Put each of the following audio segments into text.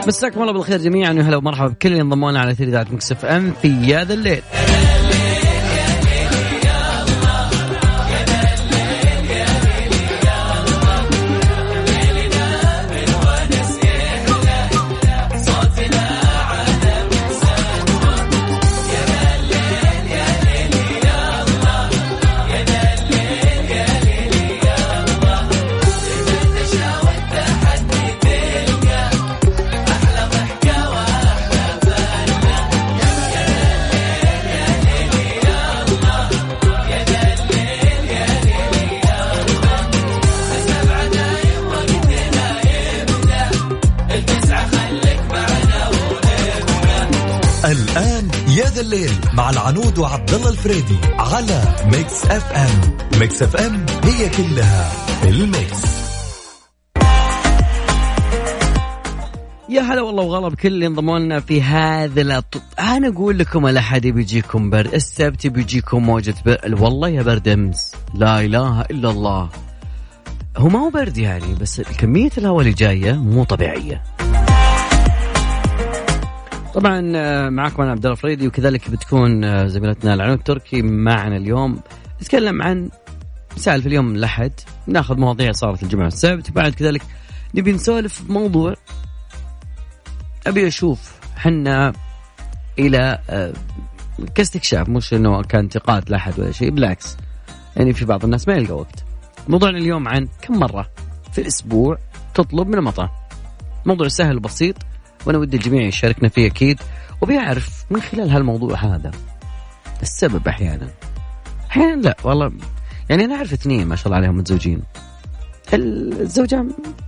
مساكم الله بالخير جميعا وهلا ومرحبا بكل اللي انضموا لنا على إذاعة ميكس اف ام في يا ذا الليل. الآن يا ذا الليل مع العنود وعبد الله الفريدي على ميكس اف ام. ميكس اف ام هي كلها الميكس. يا هلا والله وغلا بكل اللي انضموا لنا في هذا انا اقول لكم الاحد بيجيكم برد، السبت بيجيكم موجة برد، والله يا برد امس لا اله الا الله. هو ما هو برد يعني، بس كمية الهواء اللي جاية مو طبيعية. طبعا معكم انا عبد الله الفريدي، وكذلك بتكون زميلتنا العنود تركي معنا اليوم. نتكلم عن مسائل في اليوم الأحد، ناخذ مواضيع صارت الجمعة والسبت، بعد كذلك نبي نسولف موضوع أبي أشوف حنا إلى كاستكشاف، مش إنه كان انتقاد لأحد ولا شيء، بالعكس يعني في بعض الناس ما يلقى وقت. موضوعنا اليوم عن كم مرة في الأسبوع تطلب من المطعم. موضوع سهل وبسيط، وأنا ودي الجميع يشاركنا فيه أكيد، وبيعرف من خلال هالموضوع هذا السبب. أحيانا لا والله، يعني أنا أعرف اثنين ما شاء الله عليهم متزوجين، الزوجة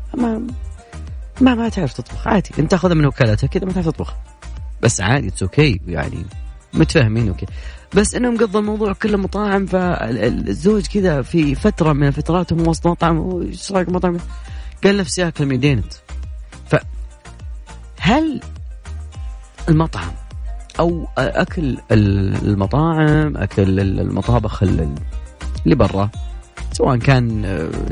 ما تعرف تطبخ، عادي انت تاخذها من وكالتها كذا، ما تعرف تطبخ بس عادي اتس اوكي، يعني متفاهمين اوكي. بس انهم قضوا الموضوع كله مطاعم، فالزوج كذا في فتره من فتراتهم وسط مطعم واشراك مطعم قال نفسي اكل من دينت. فهل المطعم او اكل المطاعم، اكل المطابخ اللي برا، سواء كان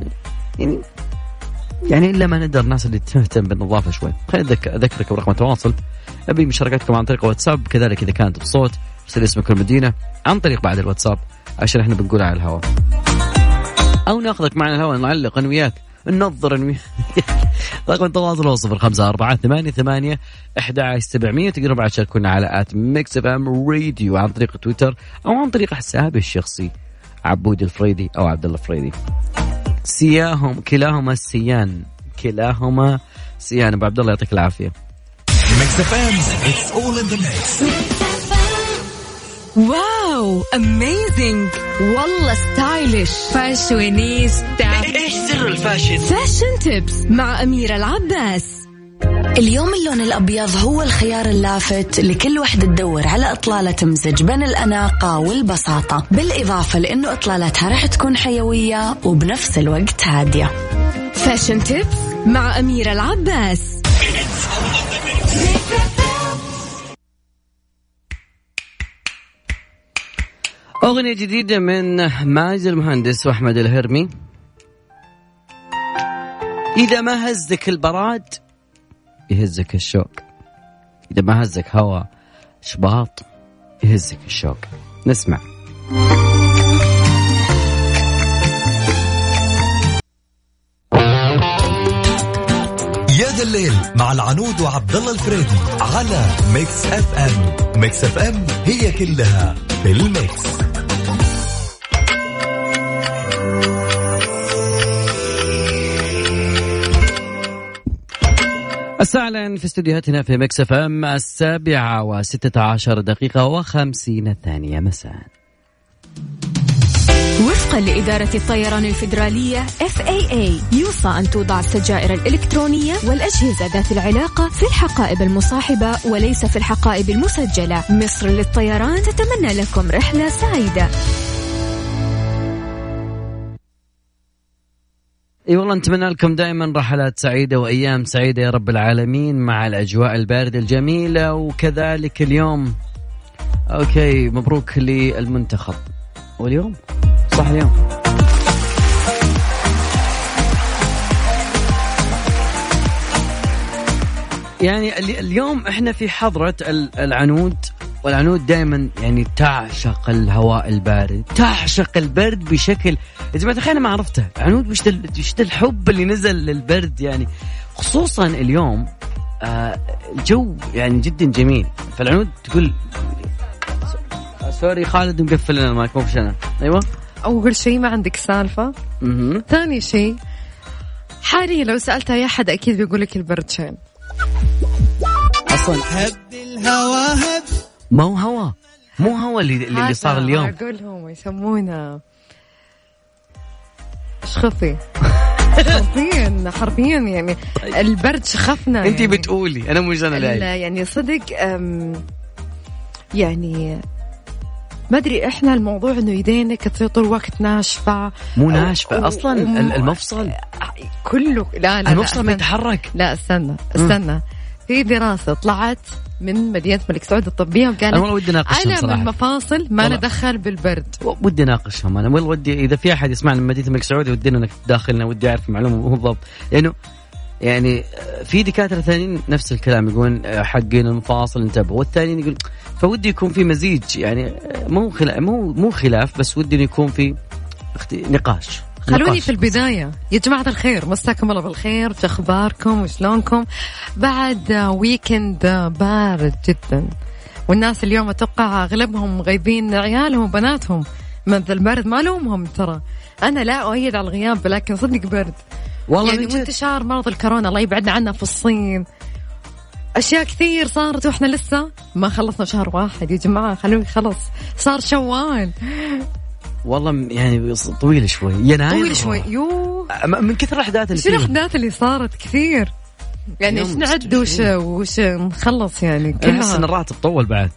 يعني إلا ما ندر الناس اللي تهتم بالنظافة شوي، خليني أذكرك برقم التواصل، أبي مشاركتكم عن طريق واتساب، كذلك إذا كانت بصوت ارسل اسمك والمدينة عن طريق بعد الواتساب عشان إحنا بنقولها على الهواء، أو ناخذك معنا الهواء نعلق أنا وياك ننظر أنا وياك. رقم التواصل هو 0548811700. تقدروا بعد تشاركونا على @mixfmradio عن طريق تويتر أو عن طريق حسابي الشخصي عبود الفريدي أو عبد الله الفريدي. كلاهما سيان ابو عبد الله يعطيك العافيه. واو اميزنج، والله ستايلش فاشونيستا. ايش سر الفاشن؟ فاشن تيبس مع أميرة العباس. اليوم اللون الأبيض هو الخيار اللافت لكل وحدة تدور على إطلالة تمزج بين الأناقة والبساطة، بالإضافة لأنه إطلالتها رح تكون حيوية وبنفس الوقت هادية. فاشن تيبس مع أميرة العباس. أغنية جديدة من ماجد المهندس وأحمد الهرمي. إذا ما هزك البراد يهزك الشوق، إذا ما هزك هوا شباط يهزك الشوق. نسمع. يا ذا الليل مع العنود وعبد الله الفريدي على ميكس اف ام. ميكس اف ام هي كلها الميكس. الساعة الآن في استديوهاتنا في ميكس اف ام 7:16 ثانية مساء. وفقا لإدارة الطيران الفيدرالية FAA، يوصى أن توضع السجائر الإلكترونية والأجهزة ذات العلاقة في الحقائب المصاحبة وليس في الحقائب المسجلة. مصر للطيران تتمنى لكم رحلة سعيدة. اي والله نتمنى لكم دائما رحلات سعيدة وأيام سعيدة يا رب العالمين، مع الأجواء الباردة الجميلة. وكذلك اليوم أوكي مبروك للمنتخب، واليوم صح اليوم يعني اليوم احنا في حضرة العنود، والعنود دائما يعني تعشق الهواء البارد، تعشق البرد بشكل يا جماعة تخيل ما عرفته. العنود وش الحب اللي نزل للبرد يعني، خصوصا اليوم الجو يعني جدا جميل. فالعنود تقول سوري خالد مقفل لنا المايك مو بشنا. ايوه اول شيء ما عندك سالفة. ثاني شيء حاليا لو سألت اي احد اكيد بيقول لك البرد شين. اصلا هب الهوا هب مو هوا اللي صار اليوم. اقولهم يسمونه شخصي حرفيا يعني البرد شخفنا. انتي يعني بتقولي انا مو جانا لاي يعني صدق يعني ما أدري إحنا الموضوع إنه يدينك تصير طول الوقت ناشفة، مو ناشفة أصلاً المفصل كله لا المفصل ما يتحرك. لا استنى في دراسة طلعت من مدينة الملك سعود الطبية وقالت أنا ودي ناقشهم صراحة ألم المفاصل ما ندخل بالبرد. ودي ناقشهم أنا ودي إذا في أحد يسمعنا من مدينة الملك سعود ودينا إنك تداخلنا، ودي أعرف معلومة بالضبط لأنه يعني في دكاترة ثانيين نفس الكلام يقولون حقين المفاصل انتبهوا، والثانيين يقول فودي يكون في مزيج يعني مو خلاف بس ودي يكون في نقاش. خلوني في البداية يا جماعة الخير، مساكم الله بالخير، في أخباركم وشلونكم بعد ويكند بارد جدا، والناس اليوم أتوقع أغلبهم غيبين عيالهم وبناتهم من ذا البرد، ما لومهم ترى، أنا لا أؤيد على الغياب لكن صدق برد والله يعني وانتشار مرض الكورونا الله يبعدنا عنها في الصين، أشياء كثير صارت وإحنا لسه ما خلصنا شهر واحد يا جماعة، خلوني خلص صار شوال والله يعني طويل شوي يناير طويل شوي من كثر الأحداث اللي شو الأحداث اللي صارت كثير يعني إيش نعد وش نخلص يعني كلها. أحس إن الراتب طول بعد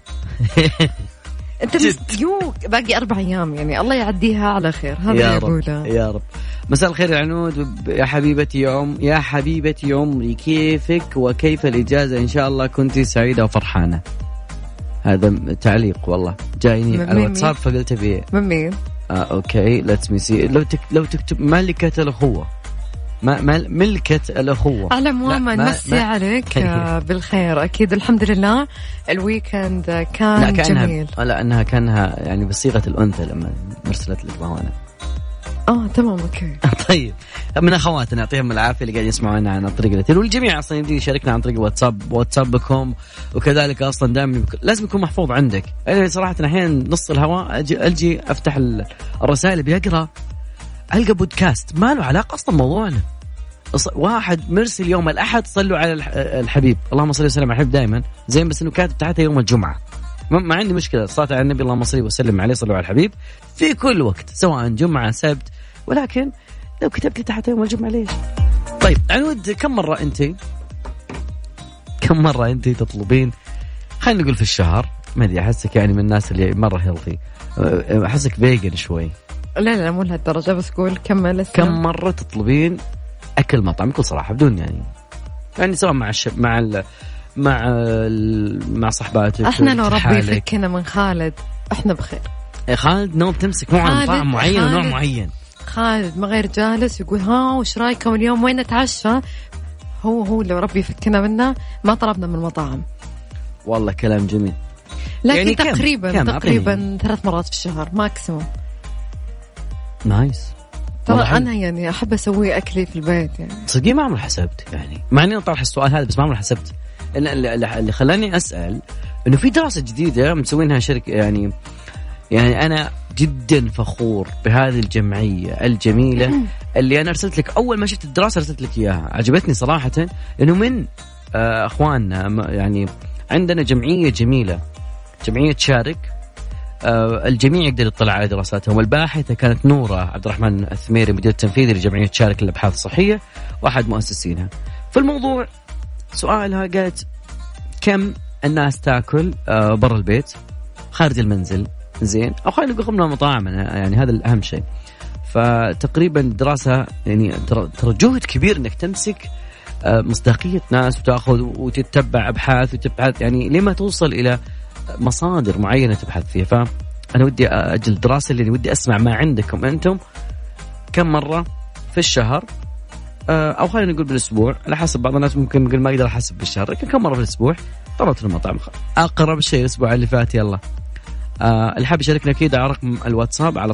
أنت باقي 4 أيام يعني الله يعديها على خير. هذا يا رب يا رب. مساء الخير يا عنود يا حبيبتي يا حبيبتي عمري، كيفك وكيف الإجازة؟ إن شاء الله كنتي سعيدة وفرحانة. هذا تعليق والله جايني على الواتساب فقلت بيه من مين؟ أوكي ليتس مي سي. لو تكتب ملكة الأخوة ملكة الأخوة على ماما نمسي عليك بالخير أكيد. الحمد لله الويكند كان جميل. لا أنها كانها يعني بصيغة الأنثى لما مرسلت لك، ما هو أنا تمام أوكي. طيب من أخواتنا نعطيهم العافية اللي قاعدين يسمعونا عن طريق التليفون، والجميع أصلا يمدي يشاركنا عن طريق واتسابكم، وكذلك أصلا دائما لازم يكون محفوظ عندك. أنا صراحة أحيانا نص الهواء أجي أفتح الرسائل بيقرأ ألقى بودكاست ما له علاقة أصلا موضوعنا. واحد مرسل يوم الأحد صلوا على الحبيب اللهم صل وسلم على الحبيب دائما زين، بس إنه كاتب تحتها يوم الجمعة. ما عندي مشكلة صلاة على النبي اللهم صل وسلم عليه صلوا على الحبيب في كل وقت سواء جمعة سبت، ولكن لو كتبت لي تحت يوم الجمعة ليش؟ طيب عنود كم مرة أنت تطلبين، خلينا نقول في الشهر، ما أدري أحسك يعني من الناس اللي مرة هيلثي، أحسك فيجن شوي. لا مو لهالدرجة، بس قول كم مرة تطلبين أكل مطعم بكل صراحة بدون يعني سواء مع صحباتك. احنا لو ربي يفكنا من خالد احنا بخير. خالد نوم تمسك مو عن طعم معين ونوع معين. خالد ما غير جالس يقول وش رايكم اليوم وين نتعشى، هو لو ربي يفكنا منه ما طلبنا من المطاعم. والله كلام جميل. لكن يعني تقريبا 3 مرات في الشهر ماكسيموم. نايس. ترى أنا يعني أحب أسوي أكلي في البيت يعني. صدقني ما عمري حسبت يعني، مع إني أطرح السؤال هذا بس ما عمري حسبت. اللي خلاني أسأل إنه في دراسة جديدة مسوينها شركة يعني أنا جدا فخور بهذه الجمعية الجميلة اللي أنا أرسلت لك أول ما شفت الدراسة أرسلت لك إياها، عجبتني صراحة إنه من أخواننا يعني عندنا جمعية جميلة، جمعية شارك. الجميع يقدر يطلع على دراساتهم. الباحثة كانت نورة عبد الرحمن الثميري مدير التنفيذي لجمعية شارك للأبحاث الصحية وأحد مؤسسينها. في الموضوع سؤالها قالت كم الناس تأكل برا البيت خارج المنزل زين، أو خلينا نقول من المطاعم يعني هذا الأهم شيء. فتقريبا دراسة يعني ترى جهد كبير إنك تمسك مصداقية ناس وتأخذ وتتبع أبحاث وتبحث يعني لما توصل إلى مصادر معينة تبحث فيها. فأنا ودي أجل دراسة اللي ودي أسمع ما عندكم أنتم كم مرة في الشهر أو خلينا نقول بالأسبوع، على حسب بعض الناس ممكن يقول ما يقدر أحسب بالشهر، لكن كم مرة في الأسبوع طلبت المطعم. أقرب شيء الأسبوع اللي فات يلا. اللي حاب يشاركنا أكيد على رقم الواتساب على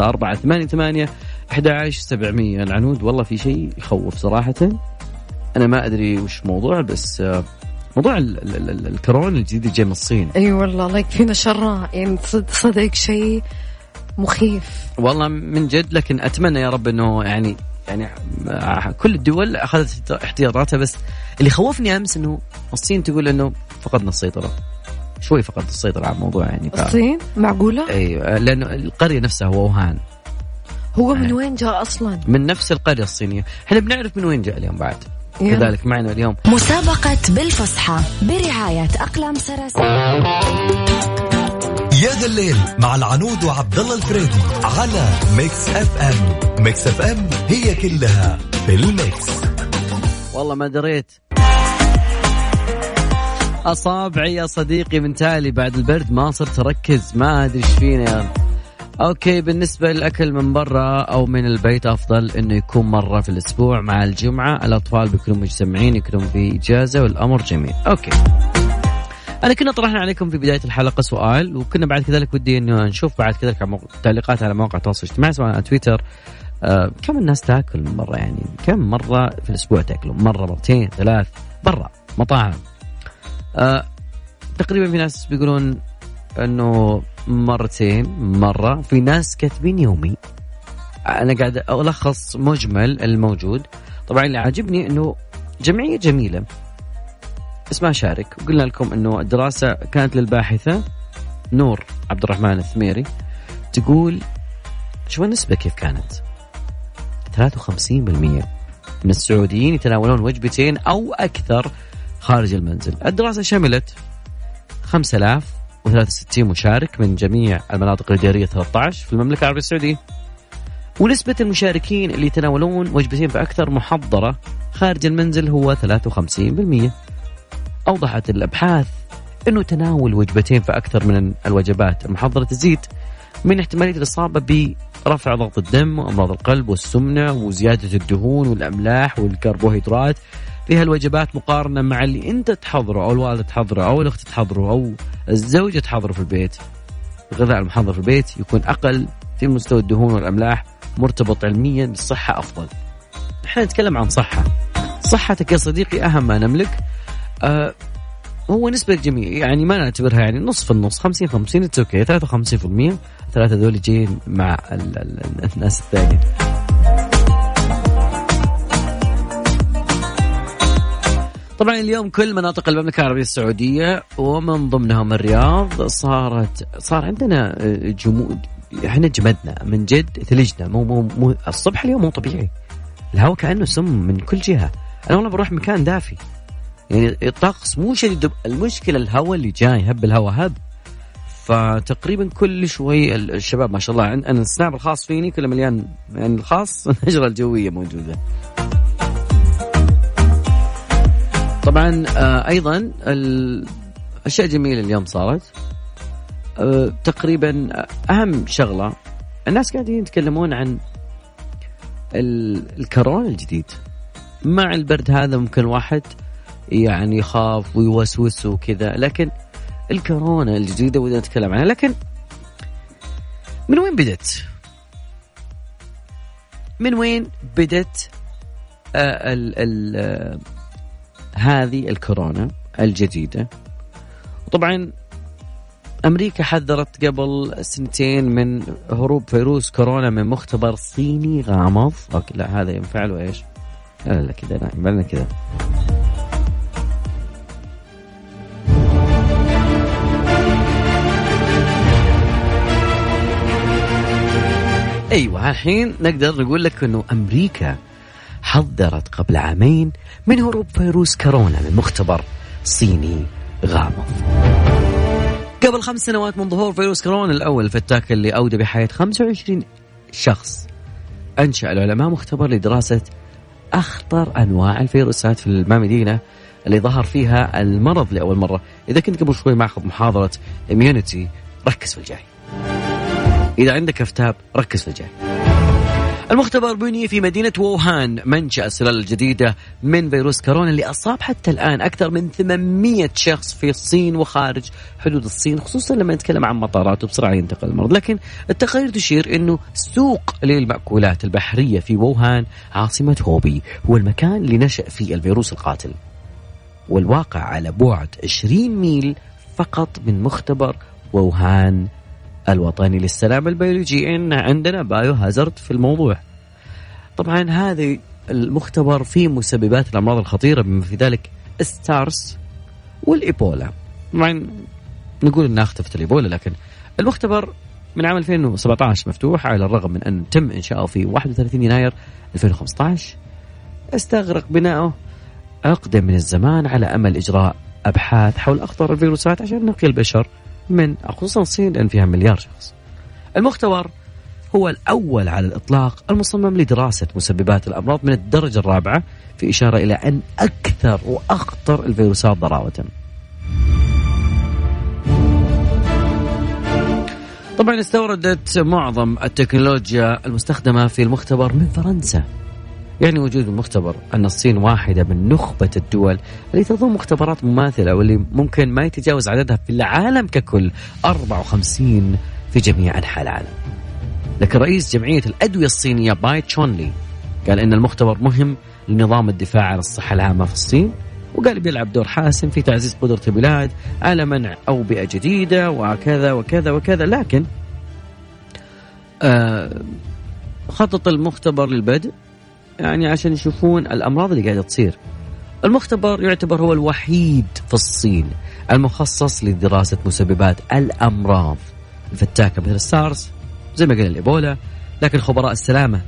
0548811700. العنود والله في شيء يخوف صراحة، أنا ما أدري وش موضوع، بس موضوع الكورونا الجديد جاي من الصين. أي والله الله يكفينا شره، يعني صدق شيء مخيف والله من جد. لكن أتمنى يا رب إنه يعني كل الدول أخذت احتياطاتها. بس اللي خوفني أمس إنه الصين تقول إنه فقدنا السيطرة، شوي فقدت السيطرة على الموضوع يعني. الصين معقولة؟ أيوة، لأنه القرية نفسها هو ووهان. هو من وين جاء أصلا؟ من نفس القرية الصينية. احنا بنعرف من وين جاء اليوم بعد. كذلك معنا اليوم مسابقة بالفصحى برعاية أقلام سرس. يا ذا الليل مع العنود وعبد الله الفريدي على ميكس اف ام. ميكس اف ام هي كلها في الميكس. والله ما دريت أصابعي يا صديقي من تالي بعد البرد ما صرت أركز، ما أدري إيش فينا يعني. أوكي، بالنسبة للأكل من برا أو من البيت أفضل إنه يكون مرة في الأسبوع مع الجمعة. الأطفال بيكونوا مجتمعين، يكونوا في إجازة والأمر جميل. أوكي، أنا كنا طرحنا عليكم في بداية الحلقة سؤال، وكنا بعد كذلك ودي إنه نشوف بعد كذلك تعليقات على مواقع التواصل الاجتماعي سواء على تويتر. كم الناس تأكل من مرة يعني؟ كم مرة في الأسبوع تأكلوا؟ مرة، مرتين، ثلاث برا مطاعم؟ تقريبا في ناس بيقولون انه مرتين، مرة، في ناس كاتبين يومي. انا قاعد الخص مجمل الموجود. طبعا اللي عاجبني انه جمعية جميلة اسمها شارك، وقلنا لكم انه الدراسة كانت للباحثة نور عبد الرحمن الثميري، تقول شو النسبة كيف كانت؟ 53% من السعوديين يتناولون وجبتين او اكثر خارج المنزل. الدراسة شملت 5063 مشارك من جميع المناطق الإدارية 13 في المملكة العربية السعودية، ونسبة المشاركين اللي يتناولون وجبتين فأكثر محضرة خارج المنزل هو 53%. أوضحت الأبحاث أنه تناول وجبتين فأكثر من الوجبات المحضرة تزيد من احتمالية الإصابة برفع ضغط الدم وأمراض القلب والسمنة وزيادة الدهون والأملاح والكربوهيدرات في هالوجبات، مقارنة مع اللي أنت تحضره أو الوالدة تحضره أو الأخت تحضره أو الزوجة تحضره في البيت. الغذاء المحضر في البيت يكون أقل في مستوى الدهون والأملاح، مرتبط علميا بالصحة أفضل. نحن نتكلم عن صحتك يا صديقي أهم ما نملك. هو نسبة جميع يعني ما نعتبرها يعني نصف النص، 50-50 اوكي. 53% ثلاثة دول جايين مع الناس الثانية. طبعا اليوم كل مناطق المملكة العربية السعودية ومن ضمنهم الرياض صار عندنا جمود. احنا جمدنا من جد، ثلجنا مو الصبح اليوم مو طبيعي. الهواء كأنه سم من كل جهة. انا والله بروح مكان دافي يعني الطقس مو شديد، المشكلة الهواء اللي جاي هب الهواء هب. فتقريبا كل شوي الشباب ما شاء الله، أنا السناب الخاص فيني كله مليان يعني الخاص النجرة الجوية موجودة. طبعا أيضا الأشياء جميلة اليوم صارت. تقريبا أهم شغلة الناس قاعدين يتكلمون عن الكورونا الجديد. مع البرد هذا ممكن واحد يعني يخاف ويوسوس وكذا، لكن الكورونا الجديدة ودنا نتكلم عنها. لكن من وين بدت؟ من وين بدت هذه الكورونا الجديدة؟ طبعا أمريكا حذرت قبل 2 من هروب فيروس كورونا من مختبر صيني غامض. أوكي لا هذا ينفع له إيش؟ لا كذا، لا ينفعنا كذا. أيوة الحين نقدر نقول لك أنه أمريكا حذرت قبل 2 عام من هروب فيروس كورونا من مختبر صيني غامض. قبل 5 سنوات من ظهور فيروس كورونا الأول الفتاك اللي أودى بحياة 25 شخص، أنشأ العلماء مختبر لدراسة أخطر أنواع الفيروسات في المدينة اللي ظهر فيها المرض لأول مرة. إذا كنت قبل شوي ماخذ محاضرة immunity ركز في الجاي، إذا عندك افتاب ركز في الجاي. المختبر بني في مدينة ووهان منشأ السلالة الجديدة من فيروس كورونا اللي أصاب حتى الآن أكثر من 800 شخص في الصين وخارج حدود الصين، خصوصا لما نتكلم عن مطارات وبسرعة ينتقل المرض. لكن التقارير تشير أنه سوق للمأكولات البحرية في ووهان عاصمة هوبي هو المكان اللي نشأ فيه الفيروس القاتل، والواقع على بعد 20 ميل فقط من مختبر ووهان الوطني للسلامة البيولوجية. إن عندنا بايو هازارد في الموضوع. طبعا هذا المختبر فيه مسببات الأمراض الخطيرة بما في ذلك السارس والإيبولا. طبعا نقول إنها اختفت الإيبولا، لكن المختبر من عام 2017 مفتوح على الرغم من أن تم إنشاؤه في 31 يناير 2015. استغرق بناؤه عقدة من الزمان على أمل إجراء أبحاث حول أخطر الفيروسات عشان نقي البشر من خصوصا الصين لأن فيها مليار شخص. المختبر هو الأول على الإطلاق المصمم لدراسة مسببات الأمراض من الدرجة الرابعة، في إشارة إلى أن أكثر وأخطر الفيروسات ضراوة. طبعا استوردت معظم التكنولوجيا المستخدمة في المختبر من فرنسا. يعني وجود المختبر أن الصين واحدة من نخبة الدول اللي تضم مختبرات مماثلة واللي ممكن ما يتجاوز عددها في العالم ككل 54 في جميع أنحاء العالم. لكن رئيس جمعية الأدوية الصينية باي تشونلي قال إن المختبر مهم لنظام الدفاع عن الصحة العامة في الصين، وقال بيلعب دور حاسم في تعزيز قدرة البلاد على منع أوبئة جديدة وكذا وكذا وكذا. لكن خطط المختبر للبدء يعني عشان يشوفون الأمراض اللي قاعدة تصير. المختبر يعتبر هو الوحيد في الصين المخصص لدراسة مسببات الأمراض الفتاكة مثل السارس زي ما قلنا الإيبولا. لكن خبراء السلامة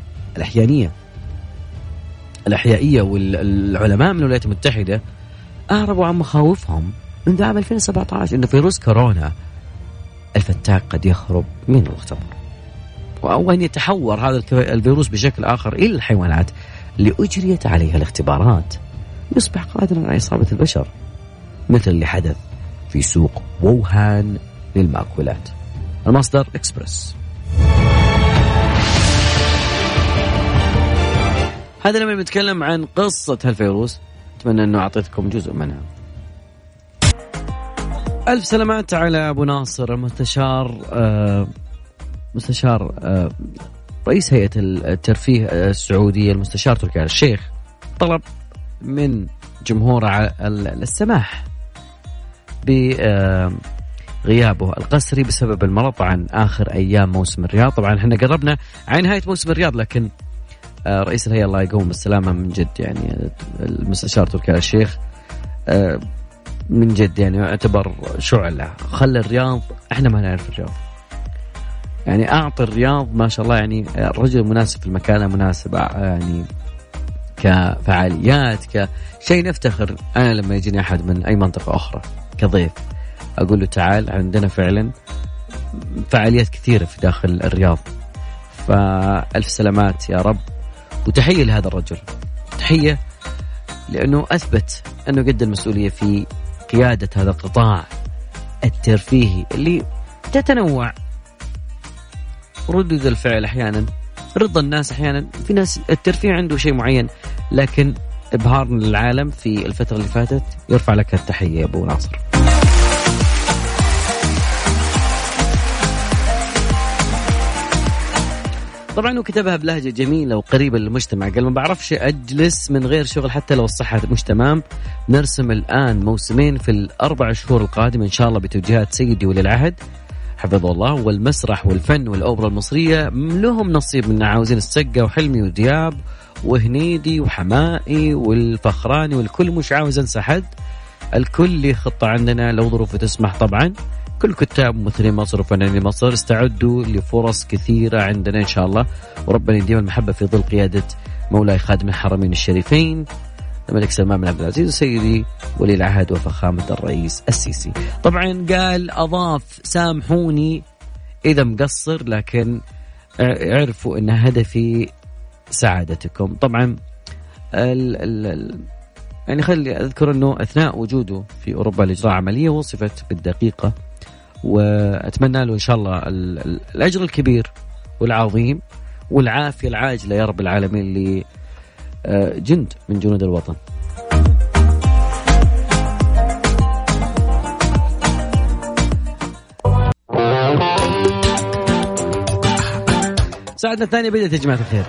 الأحيائية والعلماء من الولايات المتحدة أعربوا عن مخاوفهم منذ عام 2017 أن فيروس كورونا الفتاك قد يخرج من المختبر، أو أن يتحور هذا الفيروس بشكل آخر إلى الحيوانات اللي أجريت عليها الاختبارات، يصبح قادرا على إصابة البشر مثل اللي حدث في سوق ووهان للمأكولات. المصدر إكسبرس. هذا لما نتكلم عن قصة هالفيروس، أتمنى أنه أعطيتكم جزء منها. ألف سلامات على أبو ناصر مستشار رئيس هيئة الترفيه السعودية المستشار تركي آل الشيخ طلب من جمهور السماح بغيابه القسري بسبب المرض عن آخر أيام موسم الرياض. طبعا احنا قربنا عن نهاية موسم الرياض، لكن رئيس الهيئة الله يقوم بالسلامة من جد. يعني المستشار تركي آل الشيخ من جد يعني يعتبر شعلة، خلى الرياض احنا ما نعرف الرياض، يعني أعطي الرياض ما شاء الله، يعني الرجل مناسب في المكان مناسب، يعني كفعاليات كشيء نفتخر. أنا لما يجيني أحد من أي منطقة أخرى كضيف أقول له تعال، عندنا فعلا فعاليات كثيرة في داخل الرياض. فألف سلامات يا رب، وتحية لهذا الرجل، تحية لأنه أثبت أنه قد المسؤولية في قيادة هذا القطاع الترفيهي اللي تتنوع ردود الفعل أحيانا، رضا الناس أحيانا. في ناس الترفيه عنده شيء معين، لكن إبهار للعالم في الفترة اللي فاتت. يرفع لك التحية يا أبو ناصر. طبعا وكتبها بلهجة جميلة وقريبة للمجتمع، قال ما بعرفش أجلس من غير شغل حتى لو الصحة مش تمام. نرسم الآن موسمين في الأربع شهور القادمة إن شاء الله بتوجيهات سيدي ولي العهد حفظه الله، والمسرح والفن والأوبرا المصرية لهم نصيب منا. عاوزين السقة وحلمي ودياب وهنيدي وحمائي والفخراني والكل، مش عاوز أنسى حد، الكل لي خطة عندنا لو ظروفه تسمح. طبعا كل كتاب ممثلين مصر وفنانين مصر استعدوا لفرص كثيرة عندنا إن شاء الله، وربنا يديم المحبة في ظل قيادة مولاي خادم الحرمين الشريفين الملك سلمان بن عبد العزيز وسيدي ولي العهد وفخامة الرئيس السيسي. طبعا قال أضاف سامحوني إذا مقصر، لكن اعرفوا أن هدفي سعادتكم. طبعا يعني خلي أذكر أنه أثناء وجوده في أوروبا لإجراء عملية وصفت بالدقيقة، وأتمنى له إن شاء الله الأجر الكبير والعظيم، والعافية العاجلة يا رب العالمين لجند من جنود الوطن. ساعتنا الثانية بدأت يا جماعة الخير.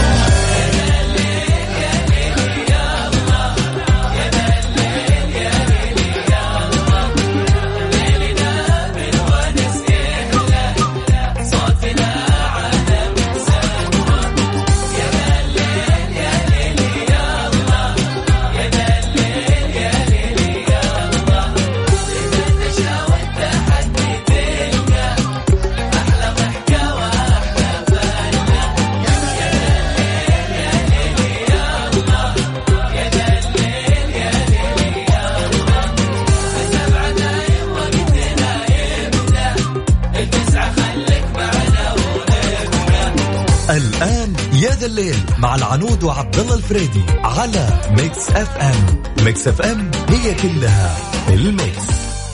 الآن يا ذا الليل مع العنود وعبد الله الفريدي على ميكس اف ام. ميكس اف ام هي كلها الميكس.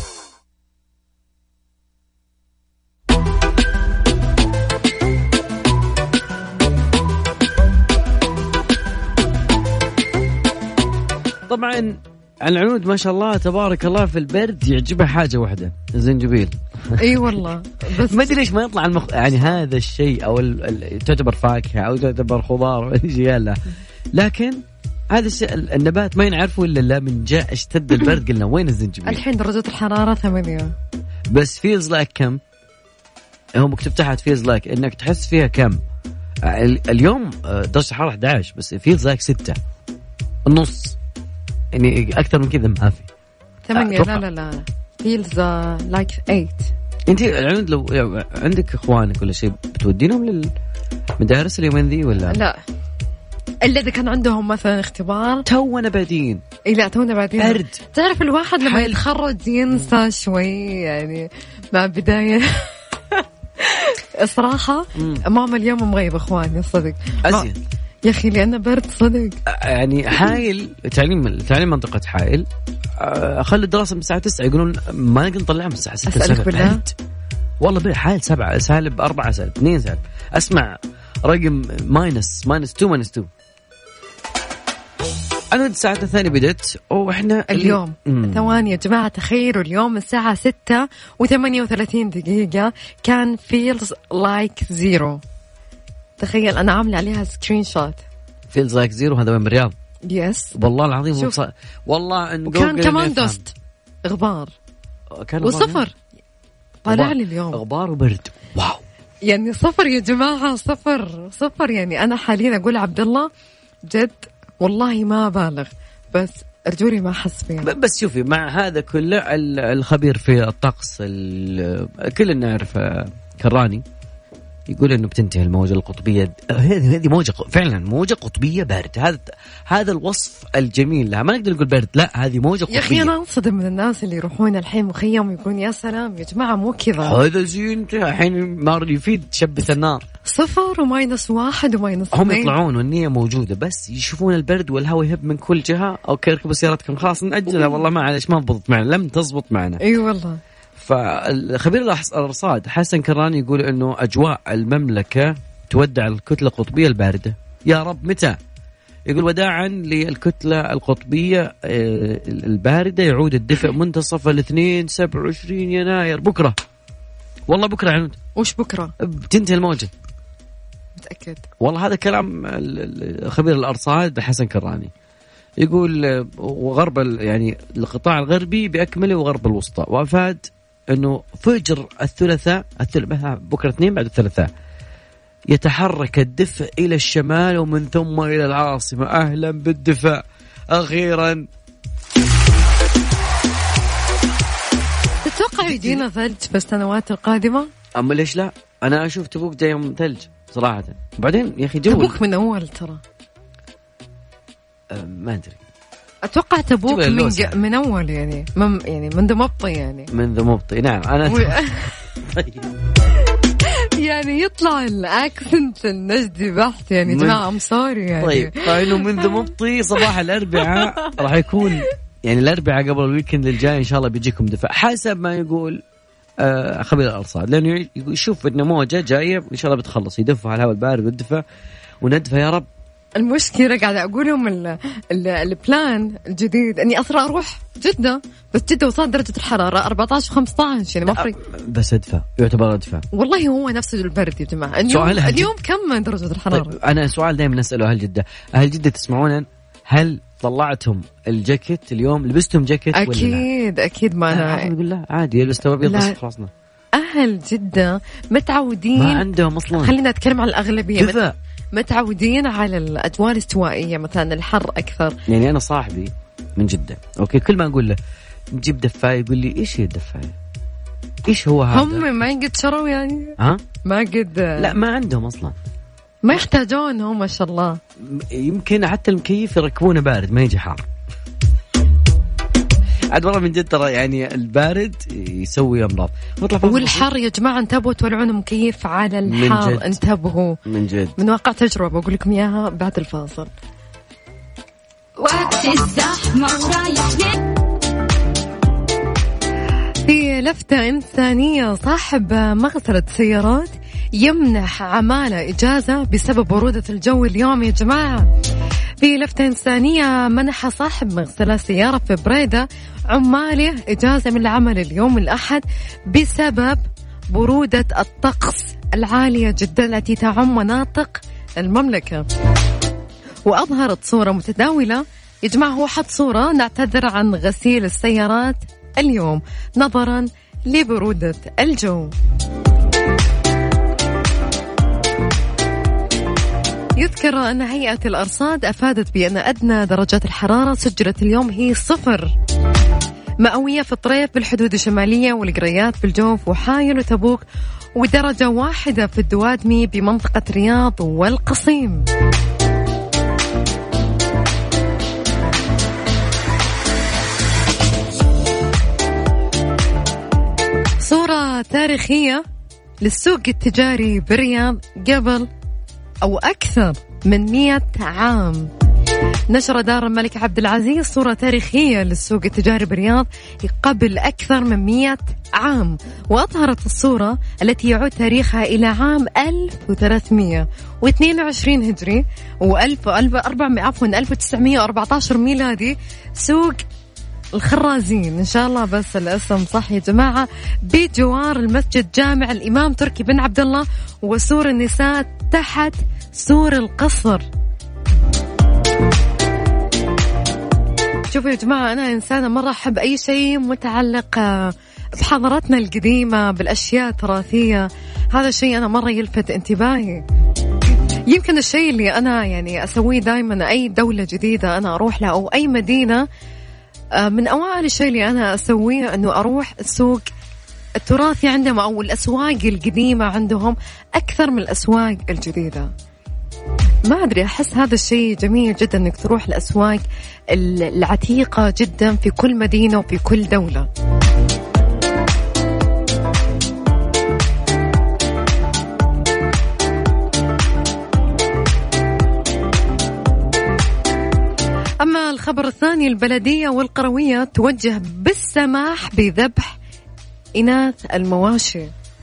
طبعا العنود ما شاء الله تبارك الله في البرد يعجبها حاجة واحدة، الزنجبيل. اي والله بس ما ادري ليش ما يطلع يعني هذا الشيء او تعتبر فاكهه او تعتبر خضار ولا شيء لا، لكن هذا الشيء النبات ما نعرفه الا من جاء اشتد البرد قلنا وين الزنجبيل. الحين درجة الحرارة 8 بس feels like كم هو مكتوب تحت feels like انك تحس فيها كم. اليوم درجة الحرارة 11 بس feels like 6 النص، يعني اكثر من كذا ما في 8. لا feels like 8. انت العنود لو عندك اخوانك ولا شيء بتودينهم للمدارس اليومين ذي ولا لا؟ الا اذا كان عندهم مثلا اختبار تونا بادين. اي لا تونا بادين برد. تعرف الواحد لما يتخرج ينسى شوي يعني مع بداية. الصراحة ماما اليوم مغيب اخواني صدق يا أخي لأنه برد صدق. يعني حايل تعليم منطقة حايل أخلي الدراسة من الساعة 9 يقولون ما نقدر نطلعها من الساعة 6. أسألك بالله والله حايل 7 سالب 4 سالب 2 سالب أسمع رقم ماينس 2 -2. أنا الساعة الثانية بدت وإحنا اليوم 8 يا جماعة. تخيلوا اليوم الساعة 6:38 دقيقة كان feels like 0. تخيل أنا عاملة عليها سكرين شوت. feels like 0 هذا وين بالرياض؟ يس والله العظيم والله إن وكان كمان دوست غبار وصفر طلع لي اليوم غبار وبرد. واو يعني صفر يا جماعة صفر يعني أنا حاليا أقول عبد الله جد والله ما بالغ بس أرجوري ما أحس فيها. بس شوفي مع هذا كله الخبير في الطقس كلنا نعرف كراني يقول إنه بتنتهي الموجة القطبية. هذه موجة فعلا موجة قطبية بارد. هذا الوصف الجميل لها. ما نقدر نقول برد لا هذه موجة قطبية. يا أخي أنا أنصدم من الناس اللي يروحون الحين مخيم ويقولون يا سلام يا جماعة مو كذا. هذا زين الحين مار يفيد شبث النار 0 -1 -2. هم يطلعون والنية موجودة بس يشوفون البرد والهواء يهب من كل جهة. أوكي ركبوا سيارتكم خلاص نأجلها والله ما معلش ما ضبط معنا لم تزبط معنا. أي والله. فالخبير الأرصاد حسن كراني يقول إنه أجواء المملكة تودع الكتلة القطبية الباردة. يا رب متى؟ يقول وداعا للكتلة القطبية الباردة يعود الدفء منتصف الاثنين 27 يناير بكرة. والله بكرة عنود. وش بكرة؟ بتنتهي الموجة. متأكد؟ والله هذا كلام خبير الأرصاد حسن كراني. يقول وغرب يعني القطاع الغربي بأكمله وغرب الوسطى. وأفاد أنه فجر الثلاثاء بكرة 2 بعد الثلاثاء يتحرك الدفء إلى الشمال ومن ثم إلى العاصمة. أهلا بالدفء أخيرا. تتوقع يجينا ثلج في السنوات القادمة؟ أما ليش لا؟ أنا أشوف تبوك جاي يوم ثلج صراحة. وبعدين يا أخي جو تبوك من أول ترى ما أدري. أتوقع تبوك من أول يعني منذ مبطي يعني منذ مبطي. نعم أنا طيب. يعني يطلع الأكسنت النجدي بحت يعني جماعة أمصاري يعني. طيب فإنه منذ مبطي صباح الأربعاء راح يكون يعني الأربعاء قبل الويكند الجاي إن شاء الله بيجيكم دفاع حسب ما يقول خبير الأرصاد، لأنه يشوف إنه موجة جاية إن شاء الله بتخلص، يدفع الهواء البارد والدفع وندفع يا رب. المشكلة قاعدة أقول لهم البلان الجديد إني أصلا أروح جدة، بس جدة وصلت درجة الحرارة 14 و15 يعني ما فرق، بس أدفع يعتبر أدفع. والله هو نفس البرد يا جماعة. اليوم كم درجة الحرارة؟ طيب أنا سؤال دائما نسأله أهل جدة تسمعونا، هل طلعتهم الجاكيت اليوم؟ لبستهم جاكيت أكيد ولا أكيد ما أنا أقول لا عادي لبسته أبيض بس خلاصنا. أهل جدة متعودين، ما عندهم أصلا. خلينا نتكلم عن الأغلبية متعودين على الأجواء الاستوائية، مثلا الحر أكثر. يعني أنا صاحبي من جدة أوكي، كل ما أقول له نجيب دفاية يقول لي إيش هي الدفاية؟ إيش هو هذا؟ هم ما قد شروا يعني ما قد لا ما عندهم أصلا، ما يحتاجون هم ما شاء الله. يمكن حتى المكيف يركبونه بارد ما يجي حار. عاد والله من جد ترى يعني البارد يسوي أمراض. والحر يا جماعة انتبهوا تولعون مكيف على الحار، انتبهوا من جد من واقع تجربة بقول لكم إياها بعد الفاصل. وقت الزحمة ورايح في لفتة إنسانية، صاحب مغسلة سيارات يمنح عمالة إجازة بسبب برودة الجو اليوم يا جماعة. في لفتة إنسانية، منح صاحب مغسلة سيارة في بريدة عماله إجازة من العمل اليوم الأحد بسبب برودة الطقس العالية جدا التي تعم مناطق المملكة. وأظهرت صورة متداولة يا جماعة، هو حط صورة نعتذر عن غسيل السيارات اليوم نظرا لبرودة الجو. يذكر أن هيئة الأرصاد أفادت بأن أدنى درجات الحرارة سجلت اليوم هي 0 مئوية في الطريف بالحدود الشمالية، والقريات بالجوف وحايل وتبوك، ودرجة 1 في الدوادمي بمنطقة رياض والقصيم. صورة تاريخية للسوق التجاري بالرياض قبل أو أكثر من 100 عام. نشر دار الملك عبد العزيز صورة تاريخية للسوق التجاري بالرياض قبل أكثر من 100 عام، وأظهرت الصورة التي يعود تاريخها إلى عام 1322 هجري و1914 ميلادي، سوق الخرازين إن شاء الله بس الاسم صح يا جماعة، بجوار المسجد جامع الإمام تركي بن عبد الله وسور النساء تحت سور القصر. شوفوا يا جماعة، أنا إنسانة مرة أحب أي شيء متعلق بحضارتنا القديمة بالأشياء التراثية، هذا الشيء أنا مرة يلفت انتباهي. يمكن الشيء اللي أنا يعني أسويه دايما أي دولة جديدة أنا أروح لها أو أي مدينة، من أوائل الشيء اللي أنا أسويه أنه أروح السوق التراثي عندهم أو الأسواق القديمة عندهم أكثر من الأسواق الجديدة. ما أدري، أحس هذا الشيء جميل جدا أنك تروح الأسواق العتيقة جدا في كل مدينة وفي كل دولة. أما الخبر الثاني، البلدية والقروية توجه بالسماح بذبح إناث المواشي.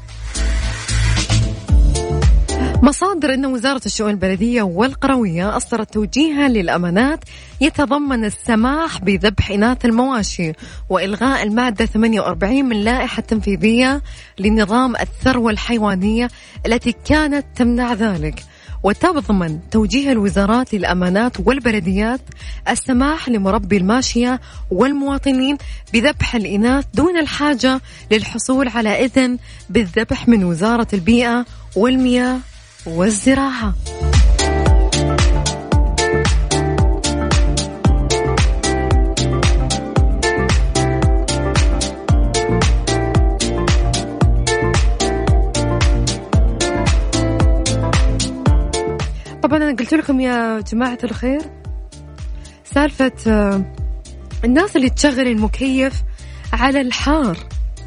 مصادر أن وزارة الشؤون البلدية والقروية أصدرت توجيها للأمانات يتضمن السماح بذبح إناث المواشي وإلغاء المادة 48 من لائحة تنفيذية لنظام الثروة الحيوانية التي كانت تمنع ذلك. وتضمن توجيه الوزارات للأمانات والبلديات السماح لمربي الماشية والمواطنين بذبح الإناث دون الحاجة للحصول على إذن بالذبح من وزارة البيئة والمياه والزراعة. طبعا أنا قلت لكم يا جماعة الخير سالفة الناس اللي تشغل المكيف على الحار،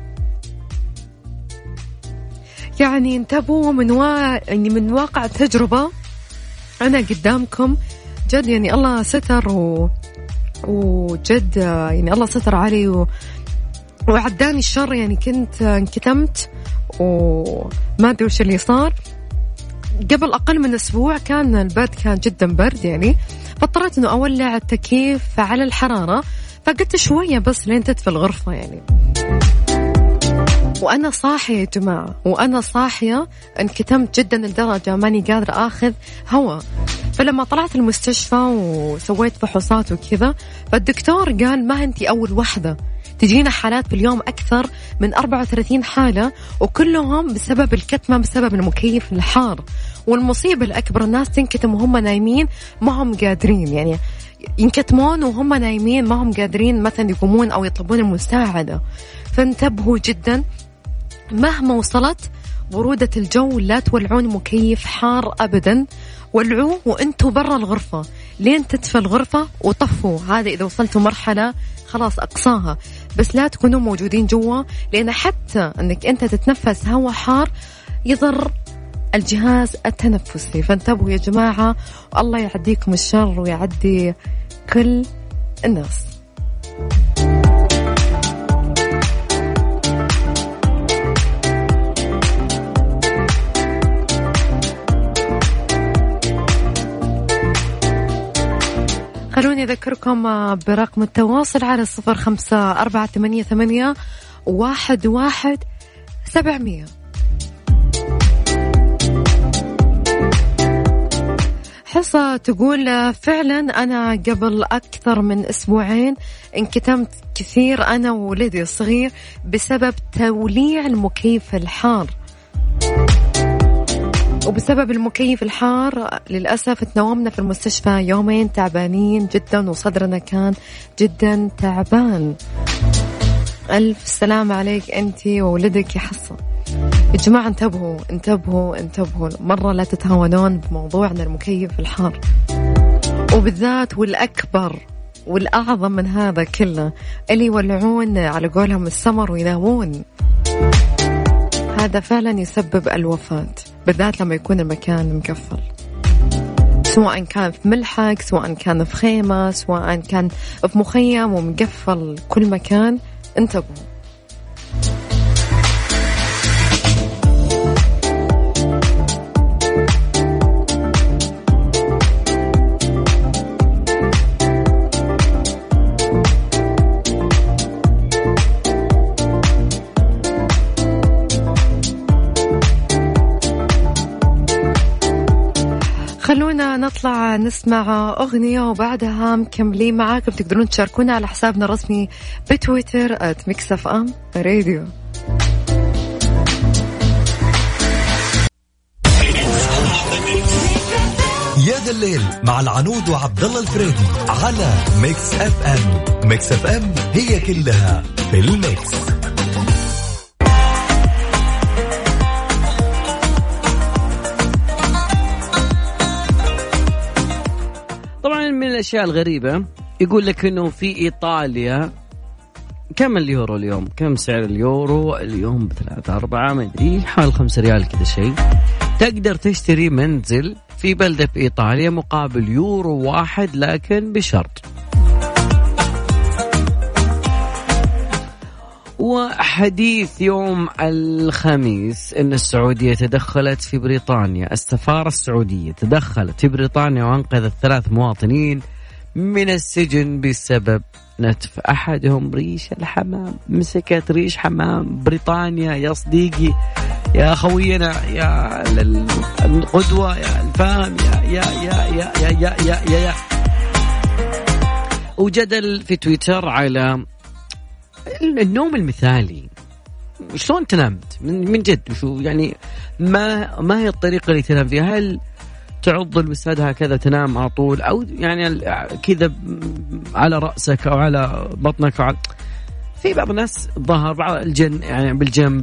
يعني انتبهوا من واقع تجربة أنا قدامكم جد، يعني الله ستر وجد يعني الله ستر علي وعداني الشر يعني، كنت انكتمت وما أدري وش اللي صار. قبل أقل من أسبوع كان البرد كان جدا برد يعني، فاضطريت إنه أولع التكييف على الحرارة، فقلت شوية بس لين تدفى الغرفة يعني. وأنا صاحية يا جماعة، وأنا صاحية انكتمت جدا لدرجة ماني قادرة آخذ هواء. فلما طلعت المستشفى وسويت فحوصات وكذا، فالدكتور قال ما أنتي أول واحدة، تجينا حالات باليوم أكثر من 34 حالة، وكلهم بسبب الكتمة، بسبب المكيف الحار. والمصيبة الأكبر الناس تنكتم وهم نايمين ما هم قادرين، يعني ينكتمون وهم نايمين ما هم قادرين مثلا يقومون أو يطلبون المساعدة. فانتبهوا جدا، مهما وصلت برودة الجو لا تولعون مكيف حار أبدا، ولعوه وانتوا برا الغرفة لين تدفى الغرفة وطفوا. هذا إذا وصلتوا مرحلة خلاص أقصاها، بس لا تكونوا موجودين جوا، لأن حتى أنك أنت تتنفس هواء حار يضر الجهاز التنفسي. فانتبهوا يا جماعة، الله يعديكم الشر ويعدي كل الناس. خلوني أذكركم برقم التواصل على 0548811700. حصة تقول فعلا أنا قبل أكثر من أسبوعين انكتمت كثير أنا وولدي الصغير بسبب توليع المكيف الحار، وبسبب المكيف الحار للأسف تنومنا في المستشفى يومين تعبانين جدا، وصدرنا كان جدا تعبان. ألف سلام عليك أنتي وولدك يا حصة. يا جماعة انتبهوا انتبهوا انتبهوا، مرة لا تتهاونون بموضوعنا المكيف الحار، وبالذات والأكبر والأعظم من هذا كله اللي يولعون على قولهم السمر وينامون. هذا فعلا يسبب الوفاة، بالذات لما يكون المكان مكفل، سواء كان في ملحق، سواء كان في خيمة، سواء كان في مخيم ومقفل كل مكان. انتبهوا. خلونا نطلع نسمع أغنية وبعدها مكملين معاكم. تقدرون تشاركونا على حسابنا الرسمي بتويتر @mixfm_radio. يا ذا الليل مع العنود وعبد الله الفريدي على ميكس اف ام. ميكس اف ام هي كلها في الميكس. طبعا من الأشياء الغريبة يقول لك إنه في إيطاليا كم اليورو اليوم؟ كم سعر اليورو اليوم؟ ب3-4 ما أدري، حوالي 5 ريال كذا شيء. تقدر تشتري منزل في بلدة في إيطاليا مقابل يورو 1، لكن بشرط. وحديث يوم الخميس أن السعودية تدخلت في بريطانيا، السفارة السعودية تدخلت في بريطانيا وأنقذت 3 مواطنين من السجن بسبب نتف أحدهم ريش الحمام. مسكت ريش حمام بريطانيا يا صديقي، يا خوينا، يا القدوة، يا الفهم، يا يا يا يا يا يا يا, يا. وجدل في تويتر على النوم المثالي، شلون تنامت من جد؟ وشو يعني ما هي الطريقة اللي تنام فيها؟ هل تعض الوساد هكذا تنام على طول، أو يعني كذا على رأسك أو على بطنك، أو في بعض الناس ظهر بعض الجن يعني بالجنب،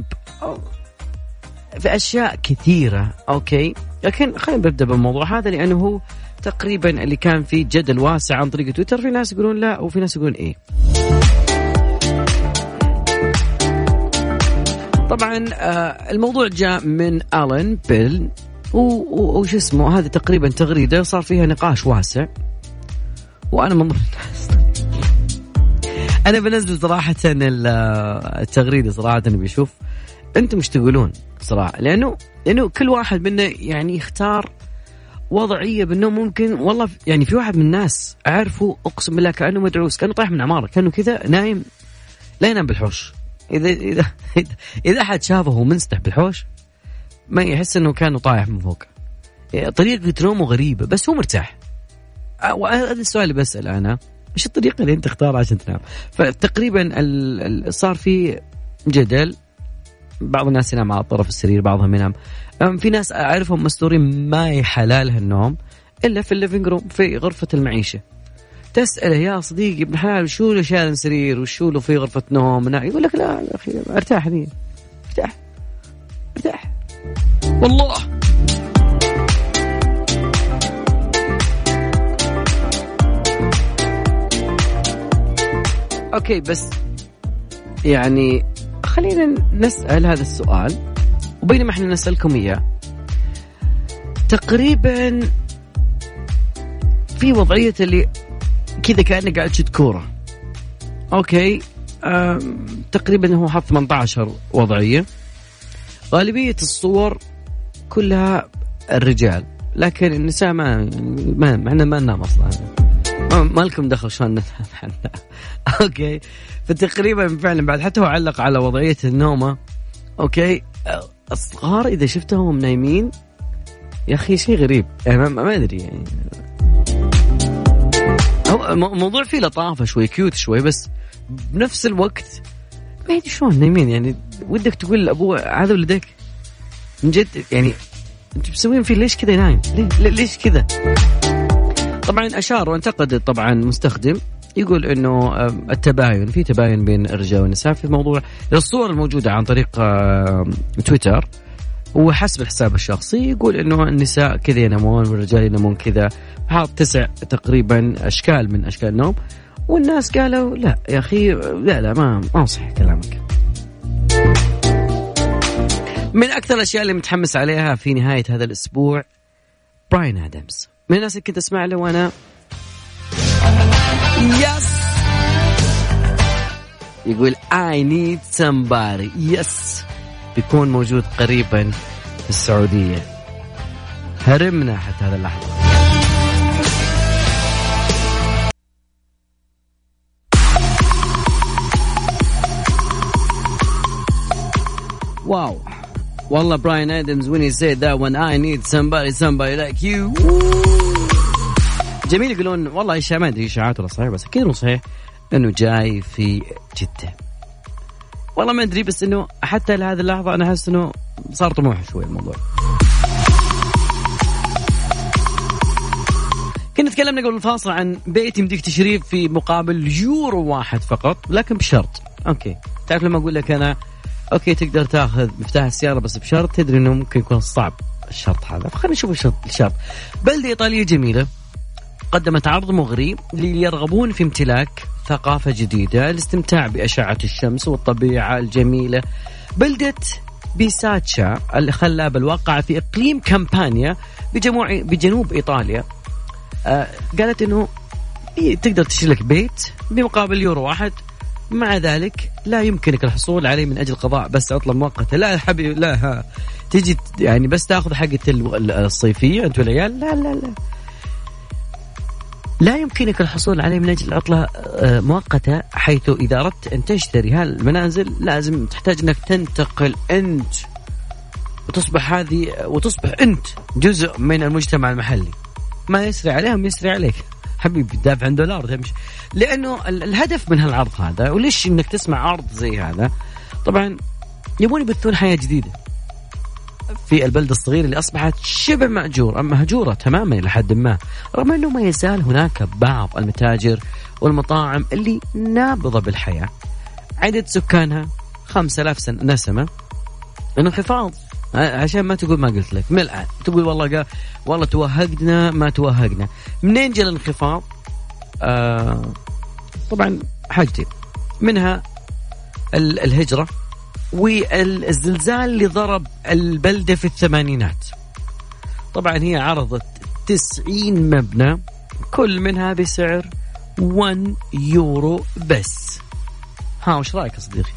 في أشياء كثيرة. أوكي، لكن خلينا نبدأ بالموضوع هذا لأنه هو تقريبا اللي كان فيه جدل واسع عن طريق تويتر. في ناس يقولون لا وفي ناس يقولون إيه. طبعا الموضوع جاء من ألان بيل وش اسمه، هذه تقريبا تغريدة صار فيها نقاش واسع، وأنا من ضمن الناس. أنا بنزل صراحة التغريدة صراحة أنا بشوف أنتم مش تقولون صراحة، لأنه كل واحد منا يعني يختار وضعية بأنه ممكن والله يعني في واحد من الناس أعرفه أقسم بالله كأنه مدعوس، كأنه طايح من عمارة، كأنه كذا نايم لا ينام بالحوش. إذا أحد شافه منسدح بالحوش ما يحس أنه كانه طايح من فوق. طريقة نومه غريبة بس هو مرتاح. وهذا السؤال اللي بسأل أنا، إيش الطريقة اللي أنت تختار عشان تنام؟ فتقريبا صار في جدل، بعض الناس ينام على طرف السرير، بعضهم ينام. في ناس أعرفهم مستورين ما يحلالها النوم إلا في الليفينج روم في غرفة المعيشة. تسأله يا صديقي ابن حلال شو له شال سرير وشو له في غرفة نوم؟ يقول لك لا يا أخي ارتاح لي، ارتاح والله. أوكي بس يعني خلينا نسأل هذا السؤال، وبينما احنا نسألكم إياه تقريبا في وضعية اللي كذا كأنك قاعد تشد كورة. أوكي تقريبا هو حط 18 وضعية، غالبية الصور كلها الرجال، لكن النساء ما ننام أصلا، ما لكم دخل شلون ننام. أوكي فتقريبا فعلا بعد حتى هو علق على وضعية النومة. أوكي الصغار إذا شفتهم نايمين يا أخي شيء غريب يعني ما أدري يعني موضوع فيه لطافة شوي كيوت شوي، بس بنفس الوقت ما أدري شلون نايمين يعني ودك تقول لأبوه هذا ولدك من جد يعني أنتوا بتسوين فيه ليش كذا نايم ليش كذا. طبعا أشار وانتقد طبعا مستخدم يقول إنه التباين في تباين بين الرجال والنساء في موضوع الصور الموجودة عن طريق تويتر، وحسب الحساب الشخصي يقول إنه النساء كذا ينامون والرجال ينامون كذا، حاط 9 تقريبا أشكال من أشكال النوم، والناس قالوا لا يا أخي لا ما صحيح كلامك. من أكثر الأشياء اللي متحمس عليها في نهاية هذا الأسبوع براين آدمز، من الناس اللي كنت أسمع له وأنا يس يقول I need somebody يس بيكون موجود قريبا في السعودية. هرمنا حتى هذا اللحظة. واو والله براين آدمز when he said that when I need somebody like you. جميل يقولون والله إيش ما أدري إشاعات ولا صحيح، بس أكيد إنه صحيح إنه جاي في جدة. والله ما أدري بس إنه حتى لهذه اللحظة أنا أحس إنه صار طموح شوي الموضوع. كنا تكلمنا قبل الفاصل عن بيت يمديك تشريف في مقابل €1 فقط، لكن بشرط. أوكي تعرف لما أقول لك أنا أوكي تقدر تأخذ مفتاح السيارة بس بشرط، تدري إنه ممكن يكون صعب الشرط هذا، فخلينا نشوف الشرط. بلدة إيطالية جميلة قدمت عرض مغري للي يرغبون في امتلاك ثقافة جديدة الاستمتاع بأشعة الشمس والطبيعة الجميلة. بلدة بيساتشا الخلابة الواقعة في إقليم كامبانيا بجنوب إيطاليا قالت إنه تقدر تشتري لك بيت بمقابل €1، مع ذلك لا يمكنك الحصول عليه من أجل قضاء بس عطلة مؤقتة. لا حبيبي لا تيجي يعني بس تأخذ حقة الصيفية أنت والعيال، لا لا يمكنك الحصول عليه من أجل عطلة مؤقتة، حيث إذا أردت أن تشتري هالمنازل لازم تحتاج أنك تنتقل أنت وتصبح أنت جزء من المجتمع المحلي. ما يسري عليهم يسري عليك حبيبي، دافع عن $1 تمشي. لأنه الهدف من هالعرض هذا، وليش إنك تسمع عرض زي هذا؟ طبعا يبون يبثون حياة جديدة في البلدة الصغيرة اللي أصبحت شبه مهجورة تماما إلى حد ما، رغم أنه ما يزال هناك بعض المتاجر والمطاعم اللي نابضة بالحياة. عدد سكانها 5000 نسمة. انخفاض عشان ما تقول ما قلت لك من الآن، تقول والله توهقنا ما توهقنا. منين جاء الانخفاض؟ طبعا حاجتين، منها الهجرة والزلزال اللي ضرب البلدة في الثمانينات. طبعا هي عرضت 90 مبنى كل منها بسعر €1 بس. ها وش رأيك يا صديقي؟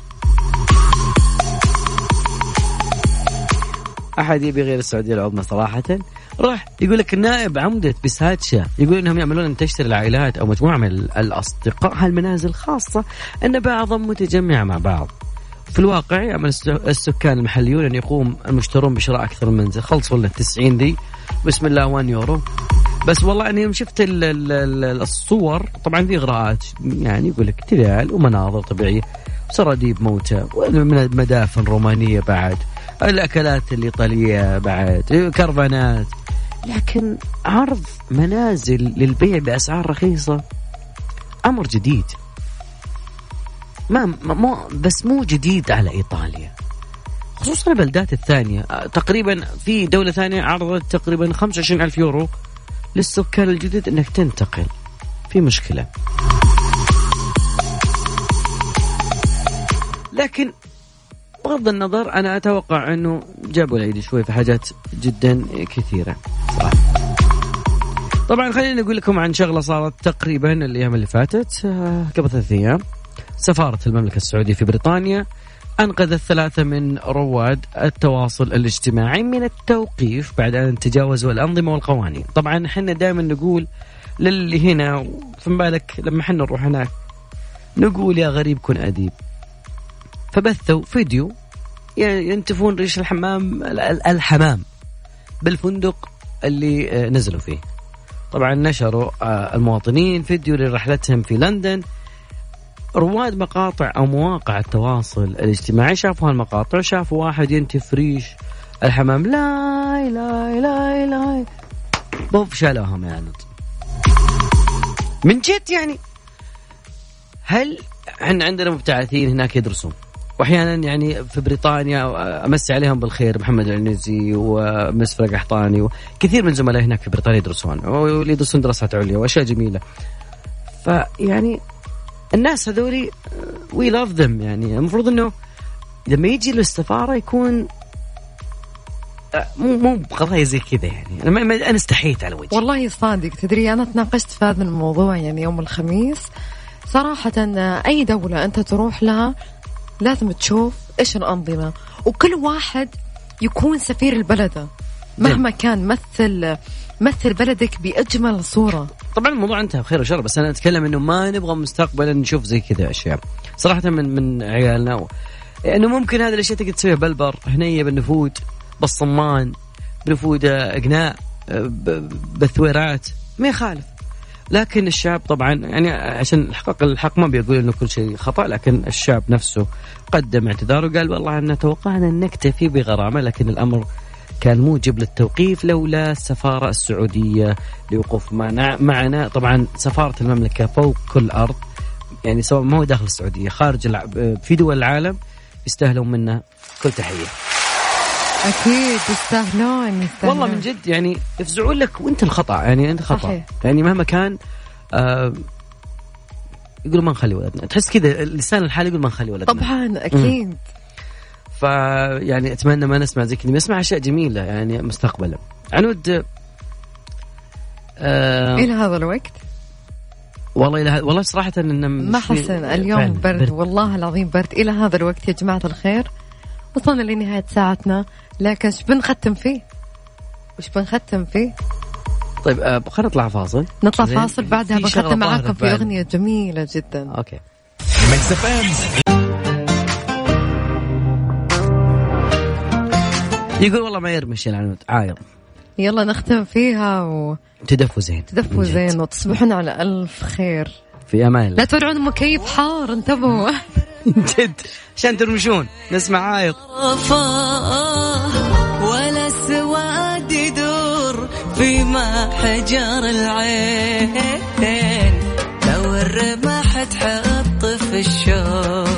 أحد يبي غير السعودية العظمى صراحة. راح يقول لك النائب عمدة بساتشا يقول إنهم يعملون أن تشتري العائلات أو مجموعة من الأصدقاء هالمنازل خاصة أن بعضهم متجمع مع بعض. في الواقع يعمل السكان المحليون أن يقوم المشترون بشراء أكثر من منزل. خلصوا لنا 90 دي بسم الله 1 يورو بس. والله أني يوم شفت الصور طبعا في إغراءات يعني يقول لك تلال ومناظر طبيعية سراديب موتى ومدافن رومانية بعد الأكلات الإيطالية بعد كرفانات. لكن عرض منازل للبيع بأسعار رخيصة أمر جديد بس مو جديد على إيطاليا خصوصا البلدات الثانية. تقريبا في دولة ثانية عرضت تقريبا 25,000 يورو للسكان الجدد أنك تنتقل. في مشكلة لكن بغض النظر أنا أتوقع أنه جابوا العيد شوي في حاجات جدا كثيرة صراحة. طبعا خلينا نقول لكم عن شغلة صارت تقريبا الأيام اللي فاتت قبل 3 أيام. سفارة المملكة السعودية في بريطانيا أنقذت 3 من رواد التواصل الاجتماعي من التوقيف بعد أن تجاوزوا الأنظمة والقوانين. طبعا احنا دائما نقول للي هنا في بالك لما احنا نروح هناك نقول يا غريب كن أديب. فبثوا فيديو ينتفون ريش الحمام بالفندق اللي نزلوا فيه. طبعا نشروا المواطنين فيديو لرحلتهم في لندن. رواد مقاطع أو مواقع التواصل الاجتماعي شافوا هالمقاطع شافوا واحد ينتف ريش الحمام لا لا لا لا بوف شالوهم يعني من جد. يعني هل احنا عندنا مبتعثين هناك يدرسون واحيانا يعني في بريطانيا امسي عليهم بالخير محمد العنزي ومسفر قحطاني وكثير من زملاء هناك في بريطانيا يدرسون ويدرسون دراسات عليا واشياء جميله. فيعني الناس هذولي we love them. يعني المفروض انه لما يجي للسفاره يكون مو بقضايا زي كذا. يعني انا استحيت على وجهي والله صادق. تدري انا تناقشت في هذا الموضوع يعني يوم الخميس صراحه. اي دوله انت تروح لها لازم تشوف إيش الأنظمة وكل واحد يكون سفير البلد مهما كان مثل بلدك بأجمل صورة. طبعا الموضوع انتهى بخير وشر بس أنا أتكلم إنه ما نبغى مستقبلا نشوف زي كذا أشياء صراحة من عيالنا إنه ممكن هذه الأشياء تقدر تسويها بالبر هنية بالنفود بالصمان بنفود أقناء بثويرات ما يخالف. لكن الشعب طبعا يعني عشان الحق ما بيقول انه كل شيء خطأ لكن الشعب نفسه قدم اعتذار وقال والله ان توقعنا ان نكتفي بغرامة لكن الامر كان موجب للتوقيف لولا السفارة السعودية لوقوف معنا. طبعا سفارة المملكة فوق كل أرض يعني سواء ما هو داخل السعودية خارج في دول العالم يستاهلون منا كل تحية. أكيد يستاهلون والله من جد يعني يفزعون لك وانت الخطأ يعني انت خطأ صحيح. يعني مهما كان يقولوا ما نخلي ولدنا تحس كذا اللسان الحال يقول ما نخلي ولدنا طبعا أكيد. فيعني أتمنى ما نسمع زي كذا نسمع أشياء جميلة يعني مستقبلا. عنود إلى هذا الوقت والله صراحة ما حسن اليوم برد والله العظيم برد. إلى هذا الوقت يا جماعة الخير وصلنا لنهاية ساعتنا لكن وش بنختم فيه طيب خلينا نطلع فاصل بعدها بنختم معاكم في أغنية جميلة جدا. أوكي يقول والله ما يرمش العنود عايض يلا نختم فيها تدفوا زين وتصبحون على ألف خير في أمان. لا تولعون مكيف حار انتبهوا جد عشان ترمشون. نسمع عايض ولا السواد يدور في محجر العين لو الرمح تحط في الشوق